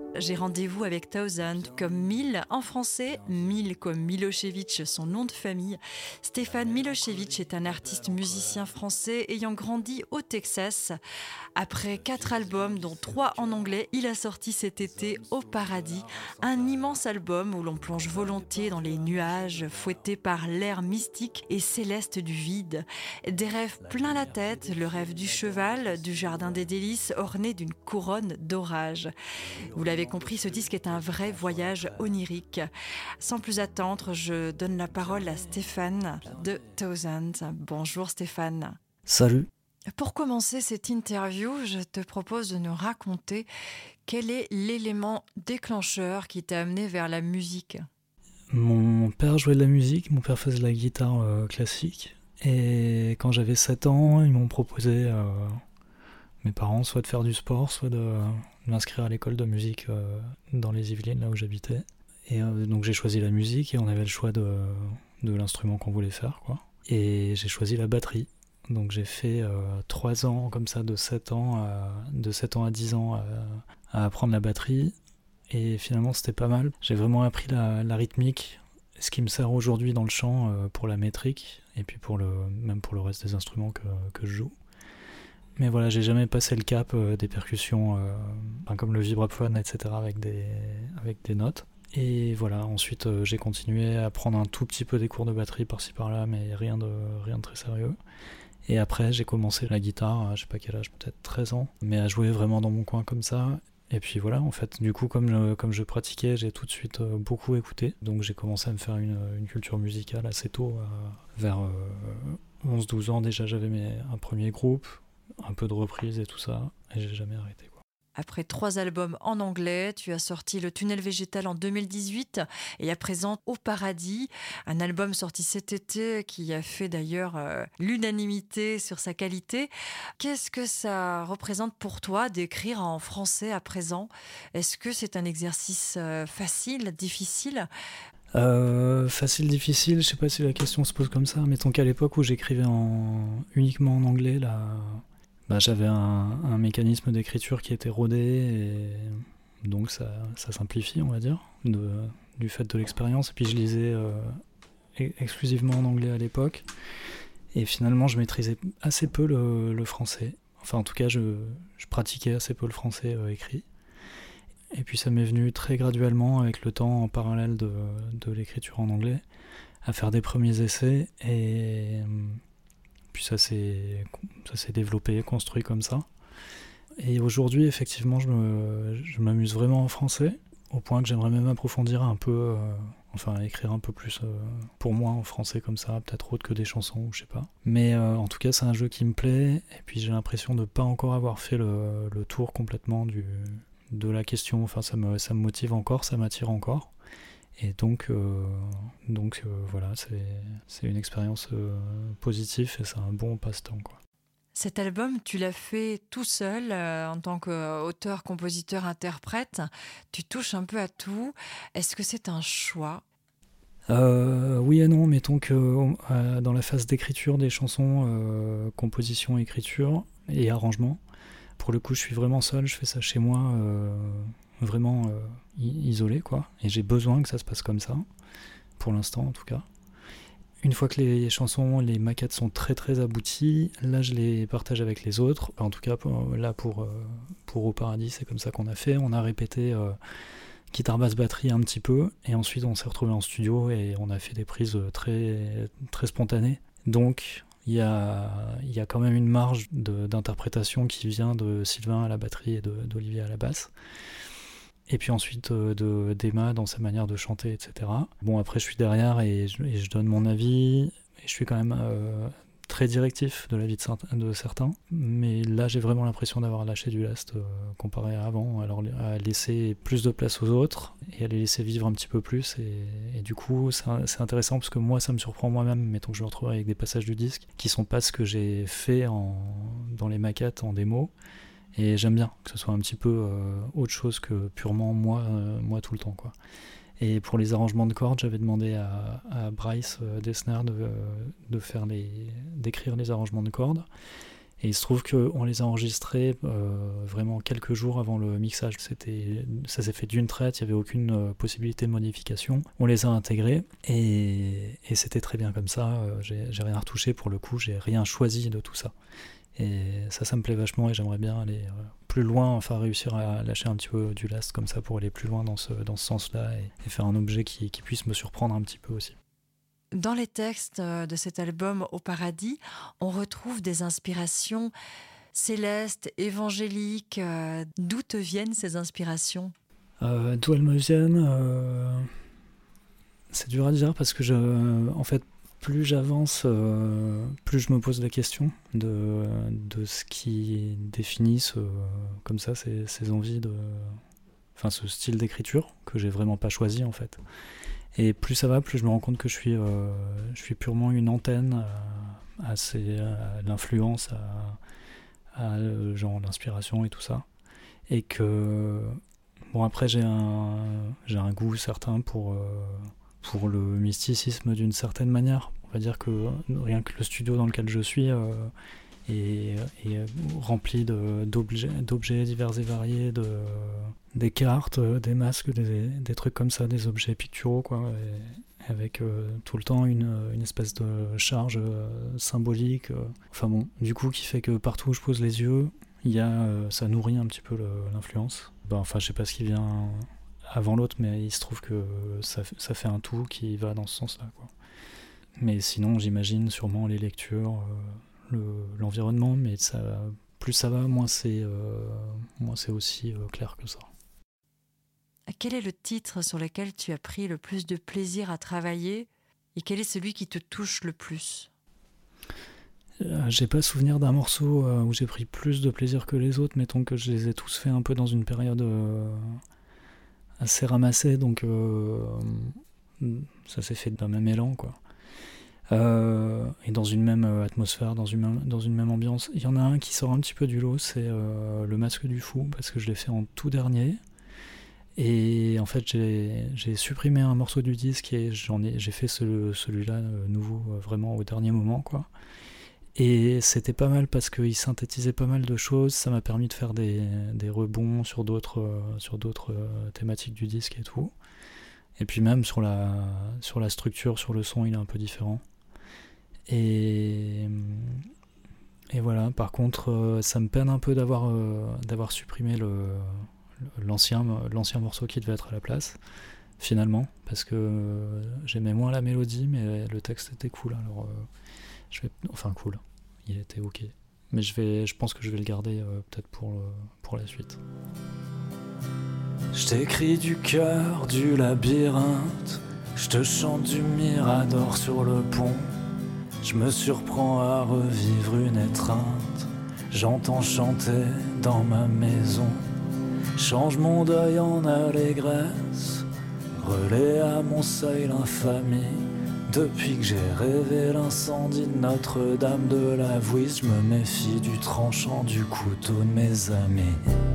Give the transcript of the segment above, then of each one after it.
J'ai rendez-vous avec Thousand, comme 1000 en français, 1000 comme Milošević, son nom de famille. Stéphane Milošević est un artiste musicien français ayant grandi au Texas. Après 4 albums, dont 3 en anglais, il a sorti cet été Au Paradis, un immense album où l'on plonge volontiers dans les nuages, fouettés par l'air mystique et céleste du vide. Des rêves plein la tête, le rêve du cheval, du jardin des délices, orné d'une couronne d'orage. Vous l'avez compris, ce disque est un vrai voyage onirique. Sans plus attendre, je donne la parole à Stéphane de Thousand. Bonjour Stéphane. Salut. Pour commencer cette interview, je te propose de nous raconter quel est l'élément déclencheur qui t'a amené vers la musique. Mon père jouait de la musique, mon père faisait de la guitare classique. Et quand j'avais 7 ans, ils m'ont proposé, mes parents, soit de faire du sport, soit de m'inscrire à l'école de musique dans les Yvelines, là où j'habitais. Et donc j'ai choisi la musique et on avait le choix de l'instrument qu'on voulait faire, quoi. Et j'ai choisi la batterie. Donc j'ai fait 3 ans comme ça, de 7 ans à 10 ans à apprendre la batterie. Et finalement c'était pas mal. J'ai vraiment appris la rythmique, ce qui me sert aujourd'hui dans le chant pour la métrique et puis même pour le reste des instruments que je joue. Mais voilà, j'ai jamais passé le cap des percussions comme le vibraphone, etc. avec des notes. Et voilà, ensuite j'ai continué à prendre un tout petit peu des cours de batterie par-ci par-là, mais rien de très sérieux. Et après j'ai commencé la guitare, je sais pas quel âge, peut-être 13 ans, mais à jouer vraiment dans mon coin comme ça. Et puis voilà, en fait, du coup, comme je pratiquais, j'ai tout de suite beaucoup écouté. Donc j'ai commencé à me faire une culture musicale assez tôt. Vers 11-12 ans déjà, j'avais un premier groupe, un peu de reprises et tout ça, et j'ai jamais arrêté, quoi. Après 3 albums en anglais, tu as sorti Le Tunnel Végétal en 2018 et à présent Au Paradis, un album sorti cet été qui a fait d'ailleurs l'unanimité sur sa qualité. Qu'est-ce que ça représente pour toi d'écrire en français à présent ? Est-ce que c'est un exercice facile, difficile ? Facile, difficile, je sais pas si la question se pose comme ça. Mettons qu'à l'époque où j'écrivais uniquement en anglais, là, j'avais un mécanisme d'écriture qui était rodé, et donc ça simplifie, on va dire, du fait de l'expérience. Et puis je lisais exclusivement en anglais à l'époque, et finalement je maîtrisais assez peu le français. Enfin, en tout cas, je pratiquais assez peu le français écrit. Et puis ça m'est venu très graduellement, avec le temps, en parallèle de l'écriture en anglais, à faire des premiers essais, et puis ça s'est développé, construit comme ça. Et aujourd'hui, effectivement, je m'amuse vraiment en français, au point que j'aimerais même approfondir un peu, écrire un peu plus pour moi en français comme ça, peut-être autre que des chansons, ou je sais pas. Mais en tout cas, c'est un jeu qui me plaît, et puis j'ai l'impression de pas encore avoir fait le tour complètement de la question. Enfin, ça me motive encore, ça m'attire encore. Et donc voilà, c'est une expérience positive, et c'est un bon passe-temps, quoi. Cet album, tu l'as fait tout seul en tant qu'auteur, compositeur, interprète. Tu touches un peu à tout. Est-ce que c'est un choix ? Oui et non, mettons que dans la phase d'écriture des chansons, composition, écriture et arrangement, pour le coup je suis vraiment seul, je fais ça chez moi, vraiment isolé, quoi. Et j'ai besoin que ça se passe comme ça, pour l'instant en tout cas. Une fois que les chansons, les maquettes sont très très abouties, là je les partage avec les autres. En tout cas pour Au Paradis, c'est comme ça qu'on a fait. On a répété guitare, basse, batterie un petit peu, et ensuite on s'est retrouvés en studio et on a fait des prises très, très spontanées. Donc il y a quand même une marge d'interprétation qui vient de Sylvain à la batterie et d'Olivier à la basse. Et puis ensuite d'Emma dans sa manière de chanter, etc. Bon, après je suis derrière et je donne mon avis, et je suis quand même très directif de l'avis de certains. Mais là j'ai vraiment l'impression d'avoir lâché du lest comparé à avant, alors à laisser plus de place aux autres et à les laisser vivre un petit peu plus. Et du coup c'est intéressant parce que moi ça me surprend moi-même, mettons que je me retrouve avec des passages du disque qui sont pas ce que j'ai fait dans les maquettes, en démo. Et j'aime bien que ce soit un petit peu autre chose que purement moi tout le temps, quoi. Et pour les arrangements de cordes, j'avais demandé à Bryce Dessner d'écrire les arrangements de cordes. Et il se trouve qu'on les a enregistrés vraiment quelques jours avant le mixage. Ça s'est fait d'une traite, il n'y avait aucune possibilité de modification. On les a intégrés et c'était très bien comme ça. J'ai rien retouché pour le coup, j'ai rien choisi de tout ça. Et ça me plaît vachement et j'aimerais bien aller plus loin, enfin réussir à lâcher un petit peu du last comme ça pour aller plus loin dans ce sens-là et faire un objet qui puisse me surprendre un petit peu aussi. Dans les textes de cet album Au Paradis, on retrouve des inspirations célestes, évangéliques. D'où te viennent ces inspirations ? D'où elles me viennent, c'est dur à dire parce que en fait, plus j'avance, plus je me pose la question de ce qui définit comme ça ces envies enfin ce style d'écriture que j'ai vraiment pas choisi en fait. Et plus ça va, plus je me rends compte que je suis purement une antenne à l'influence, à genre l'inspiration et tout ça. Et que bon après j'ai un goût certain pour le mysticisme d'une certaine manière. On va dire que rien que le studio dans lequel je suis est rempli d'objets divers et variés, des cartes, des masques, des trucs comme ça, des objets picturaux, quoi, et avec tout le temps une espèce de charge symbolique. Enfin bon, du coup, qui fait que partout où je pose les yeux, ça nourrit un petit peu l'influence. Enfin, je sais pas ce qui vient avant l'autre, mais il se trouve que ça fait un tout qui va dans ce sens-là, quoi. Mais sinon, j'imagine sûrement les lectures, l'environnement, mais plus ça va, moins c'est aussi clair que ça. Quel est le titre sur lequel tu as pris le plus de plaisir à travailler et quel est celui qui te touche le plus ? J'ai pas souvenir d'un morceau où j'ai pris plus de plaisir que les autres, mettons que je les ai tous faits un peu dans une période assez ramassée, donc ça s'est fait d'un même élan, quoi. Et dans une même atmosphère, dans une même ambiance. Il y en a un qui sort un petit peu du lot, c'est Le Masque du Fou, parce que je l'ai fait en tout dernier. Et en fait, j'ai supprimé un morceau du disque et j'ai fait celui-là nouveau vraiment au dernier moment, quoi. Et c'était pas mal parce qu'il synthétisait pas mal de choses. Ça m'a permis de faire des rebonds sur d'autres thématiques du disque et tout. Et puis même sur la structure, sur le son, il est un peu différent. Et voilà, par contre, ça me peine un peu d'avoir supprimé l'ancien morceau qui devait être à la place, finalement, parce que j'aimais moins la mélodie, mais le texte était cool. Alors, cool, il était ok. Mais je pense que je vais le garder peut-être pour la suite. Je t'écris du cœur du labyrinthe, je te chante du mirador sur le pont. Je me surprends à revivre une étreinte, j'entends chanter dans ma maison. Change mon deuil en allégresse, relais à mon seuil l'infamie. Depuis que j'ai rêvé l'incendie de Notre-Dame de la Vouisse, je me méfie du tranchant du couteau de mes amis.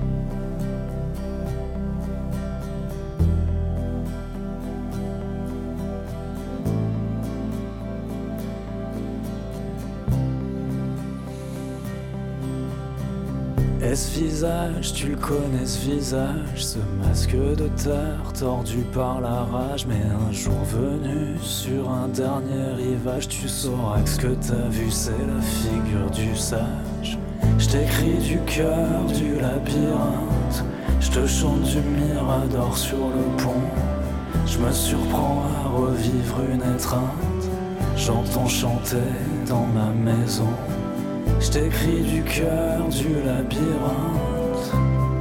Et ce visage, tu le connais ce visage, ce masque de terre tordu par la rage. Mais un jour venu, sur un dernier rivage, tu sauras que ce que t'as vu c'est la figure du sage. Je t'écris du cœur du labyrinthe, je te chante du mirador sur le pont. Je me surprends à revivre une étreinte, j'entends chanter dans ma maison. Je t'écris du cœur du labyrinthe.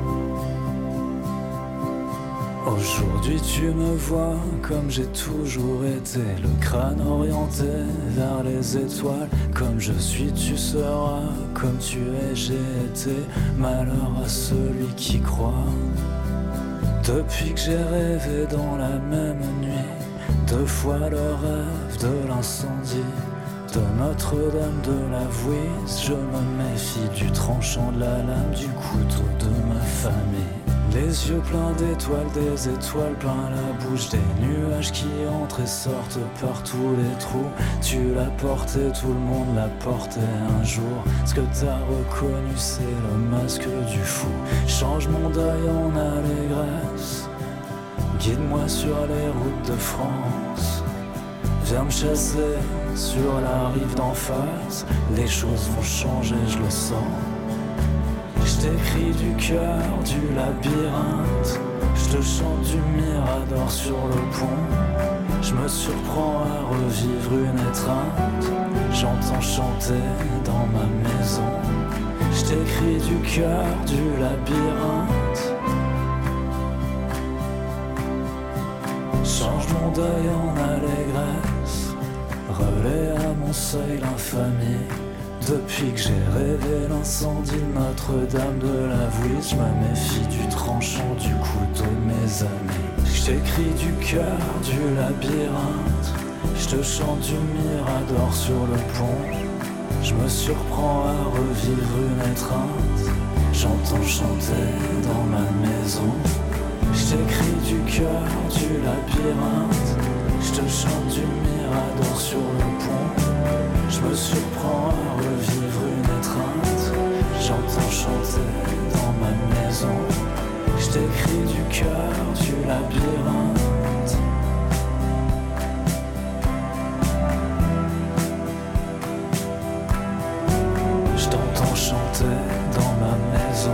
Aujourd'hui tu me vois comme j'ai toujours été, le crâne orienté vers les étoiles. Comme je suis tu seras, comme tu es j'ai été. Malheur à celui qui croit. Depuis que j'ai rêvé dans la même nuit, 2 fois le rêve de l'incendie de Notre-Dame de la Vouisse, je me méfie du tranchant de la lame, du couteau de ma famille. Les yeux pleins d'étoiles, des étoiles plein la bouche, des nuages qui entrent et sortent par tous les trous. Tu l'as porté, tout le monde l'a porté un jour. Ce que t'as reconnu, c'est le masque du fou. Change mon deuil en allégresse, guide-moi sur les routes de France. Viens me chasser sur la rive d'en face. Les choses vont changer, je le sens. Je t'écris du cœur, du labyrinthe. Je te chante du mirador sur le pont. Je me surprends à revivre une étreinte. J'entends chanter dans ma maison. Je t'écris du cœur, du labyrinthe. Change mon deuil en allégresse, relais à mon seuil l'infamie. Depuis que j'ai rêvé l'incendie de Notre-Dame de la Vouise, je me méfie du tranchant du couteau de mes amis. Je t'écris du cœur, du labyrinthe. Je te chante du mirador sur le pont. Je me surprends à revivre une étreinte. J'entends chanter dans ma maison. Je t'écris du cœur, du labyrinthe. Je te chante du mirador sur le pont. Je me surprends à revivre une étreinte. J'entends chanter dans ma maison. Je t'écris du cœur, du labyrinthe. Je t'entends chanter dans ma maison.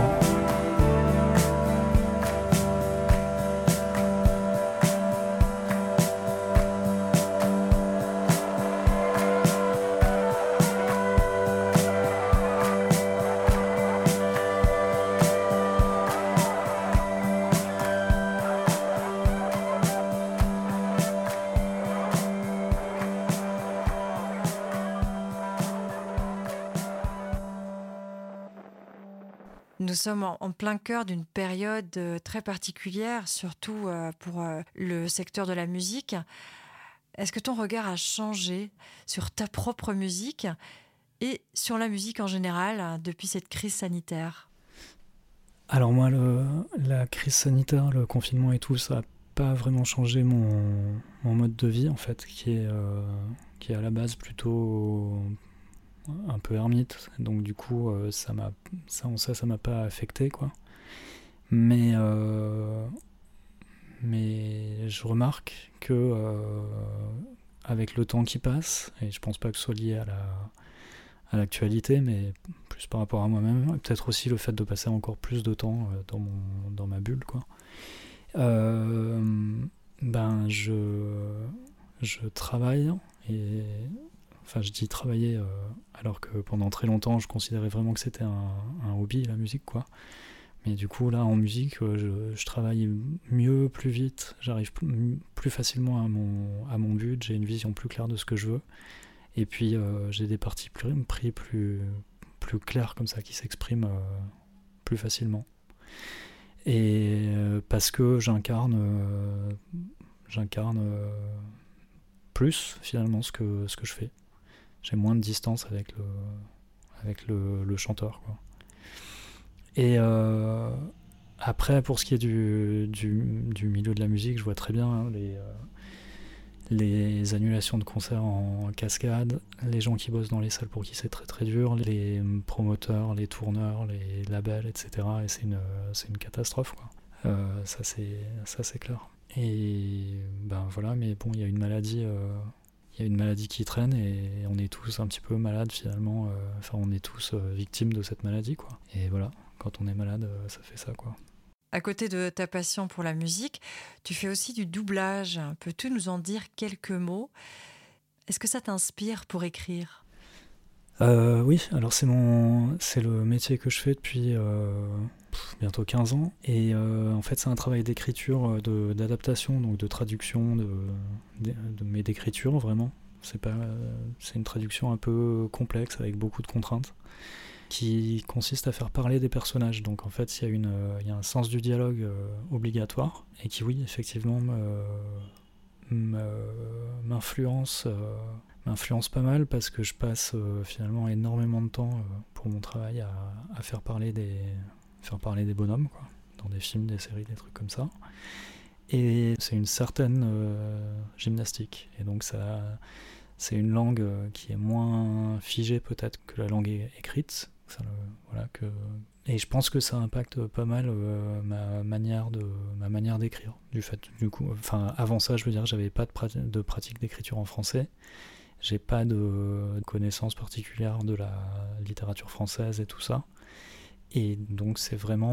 Nous sommes en plein cœur d'une période très particulière, surtout pour le secteur de la musique. Est-ce que ton regard a changé sur ta propre musique et sur la musique en général depuis cette crise sanitaire ? Alors moi, la crise sanitaire, le confinement et tout, ça n'a pas vraiment changé mon mode de vie, en fait, qui est à la base plutôt un peu ermite, donc du coup ça m'a pas affecté, quoi. Mais je remarque que avec le temps qui passe, et je pense pas que ce soit lié à l'actualité, mais plus par rapport à moi-même, et peut-être aussi le fait de passer encore plus de temps dans ma bulle, quoi. Je travaille et enfin, je dis travailler alors que pendant très longtemps, je considérais vraiment que c'était un hobby, la musique, quoi. Mais du coup, là, en musique, je travaille mieux, plus vite. J'arrive plus facilement à mon but. J'ai une vision plus claire de ce que je veux. Et puis, j'ai des parties pris plus claires comme ça, qui s'expriment plus facilement. Et parce que j'incarne plus, finalement, ce que je fais. J'ai moins de distance avec le chanteur, quoi. Et après, pour ce qui est du milieu de la musique, je vois très bien les annulations de concerts en cascade, les gens qui bossent dans les salles pour qui c'est très très dur, les promoteurs, les tourneurs, les labels, etc. Et c'est une catastrophe, quoi. Ça c'est clair. Et ben voilà, mais bon, il y a une maladie qui traîne et on est tous un petit peu malades finalement. Enfin, on est tous victimes de cette maladie, quoi. Et voilà, quand on est malade, ça fait ça, quoi. À côté de ta passion pour la musique, tu fais aussi du doublage. Peux-tu nous en dire quelques mots ? Est-ce que ça t'inspire pour écrire ? Oui, alors c'est le métier que je fais depuis bientôt 15 ans. Et en fait, c'est un travail d'écriture, d'adaptation, donc de traduction, mais d'écriture vraiment. C'est une traduction un peu complexe avec beaucoup de contraintes, qui consiste à faire parler des personnages. Donc en fait, il y a un sens du dialogue obligatoire, et qui, oui, effectivement, m'influence pas mal, parce que je passe finalement énormément de temps pour mon travail à faire parler des bonhommes, quoi. dans des films, des séries, des trucs comme ça. Et c'est une certaine gymnastique. Et donc c'est une langue qui est moins figée peut-être que la langue écrite. Et je pense que ça impacte pas mal ma manière d'écrire. Avant ça, je veux dire, j'avais pas de pratique d'écriture en français. J'ai pas de connaissance particulière de la littérature française et tout ça. Et donc c'est vraiment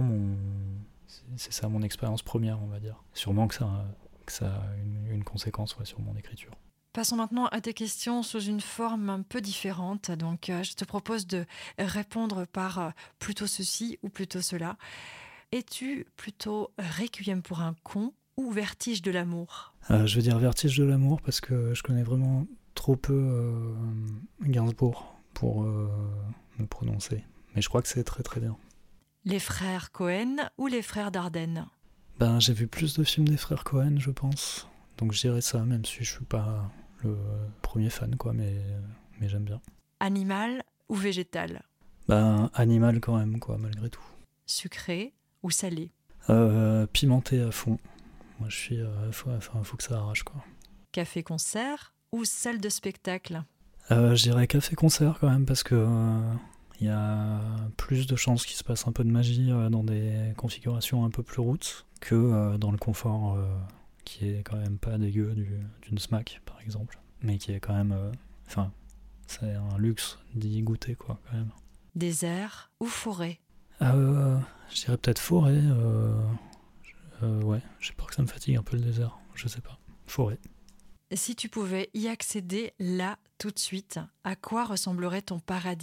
mon expérience première, on va dire. Sûrement que ça a une conséquence sur mon écriture. Passons maintenant à tes questions sous une forme un peu différente. Donc, je te propose de répondre par plutôt ceci ou plutôt cela. Es-tu plutôt Requiem pour un con ou Vertige de l'amour ? Je veux dire Vertige de l'amour parce que je connais vraiment trop peu Gainsbourg pour me prononcer. Mais je crois que c'est très très bien. Les frères Cohen ou les frères Dardenne ? J'ai vu plus de films des frères Cohen, je pense. Donc je dirais ça, même si je suis pas le premier fan, quoi, mais j'aime bien. Animal ou végétal ? Animal quand même, quoi, malgré tout. Sucré ou salé ? Pimenté à fond. Moi, je suis... faut que ça arrache, quoi. Café-concert ou salle de spectacle ? Je dirais café-concert, quand même, parce que y a plus de chances qu'il se passe un peu de magie dans des configurations un peu plus roots que dans le confort... qui est quand même pas dégueu d'une smack par exemple, mais qui est quand même c'est un luxe d'y goûter, quoi, quand même. Désert ou forêt ? Je dirais peut-être forêt. Ouais, j'ai peur que ça me fatigue un peu le désert, je sais pas. Forêt. Si tu pouvais y accéder là tout de suite, à quoi ressemblerait ton paradis ?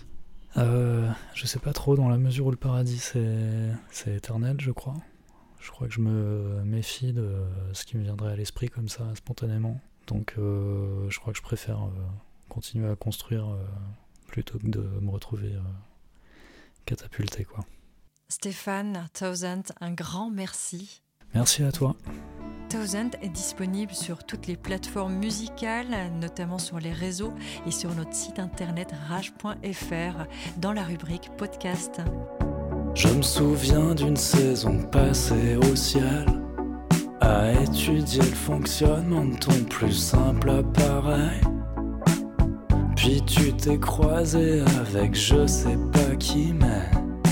Je sais pas trop, dans la mesure où le paradis c'est éternel, je crois. Je crois que je me méfie de ce qui me viendrait à l'esprit comme ça, spontanément. Donc je crois que je préfère continuer à construire plutôt que de me retrouver catapulté, quoi. Stéphane Towsend, un grand merci. Merci à toi. Towsend est disponible sur toutes les plateformes musicales, notamment sur les réseaux et sur notre site internet rage.fr dans la rubrique podcast. Je me souviens d'une saison passée au ciel, à étudier le fonctionnement de ton plus simple appareil. Puis tu t'es croisé avec je sais pas qui, mais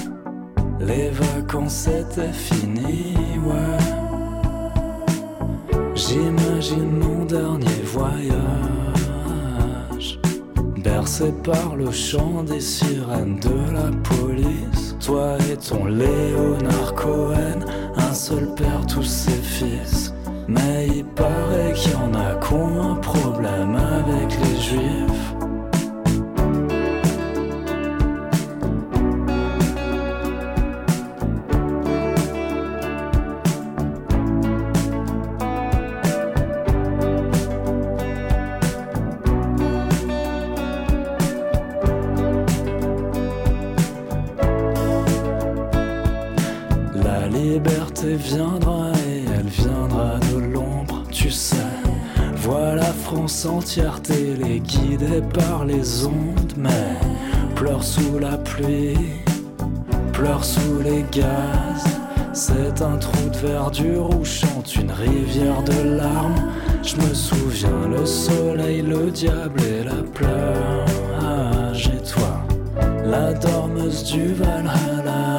les vacances étaient finies, ouais. J'imagine mon dernier voyage, bercé par le chant des sirènes de la police. Toi et ton Léonard Cohen, un seul père, tous ses fils. Mais il paraît qu'il y en a qui ont un problème avec les juifs. La liberté viendra et elle viendra de l'ombre, tu sais. Vois la France entière téléguidée par les ondes, mais pleure sous la pluie, pleure sous les gaz. C'est un trou de verdure où chante une rivière de larmes. Je me souviens, le soleil, le diable et la plage. Et toi, la dormeuse du Valhalla.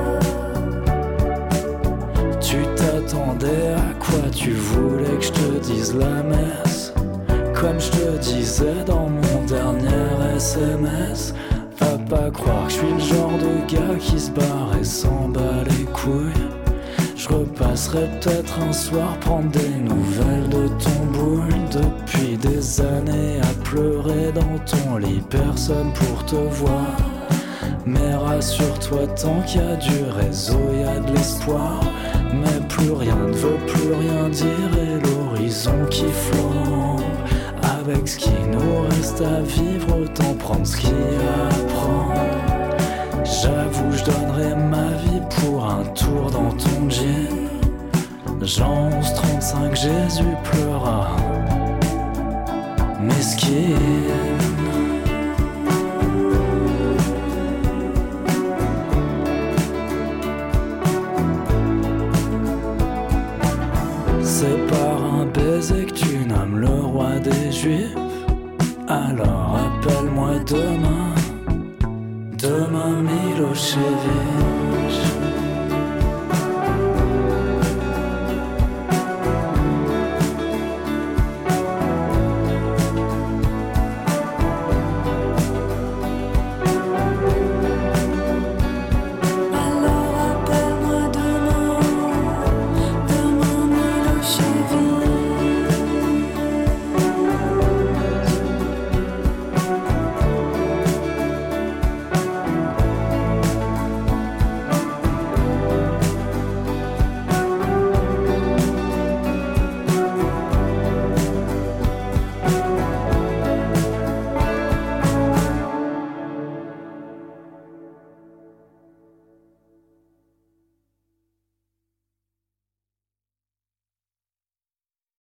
Tu t'attendais à quoi? Tu voulais que je te dise la messe, comme je te disais dans mon dernier SMS. Va pas croire que je suis le genre de gars qui se barre et s'en bat les couilles. Je repasserai peut-être un soir prendre des nouvelles de ton boule. Depuis des années à pleurer dans ton lit, personne pour te voir. Mais rassure-toi, tant qu'il y a du réseau, il y a de l'espoir. Mais plus rien ne veut plus rien dire et l'horizon qui flambe. Avec ce qui nous reste à vivre, autant prendre ce qu'il y a à prendre. J'avoue, je donnerais ma vie pour un tour dans ton jean. Jean 11:35, Jésus pleura, mesquine. C'est par un baiser que tu nommes le roi des Juifs. Alors appelle-moi demain, demain Milošević.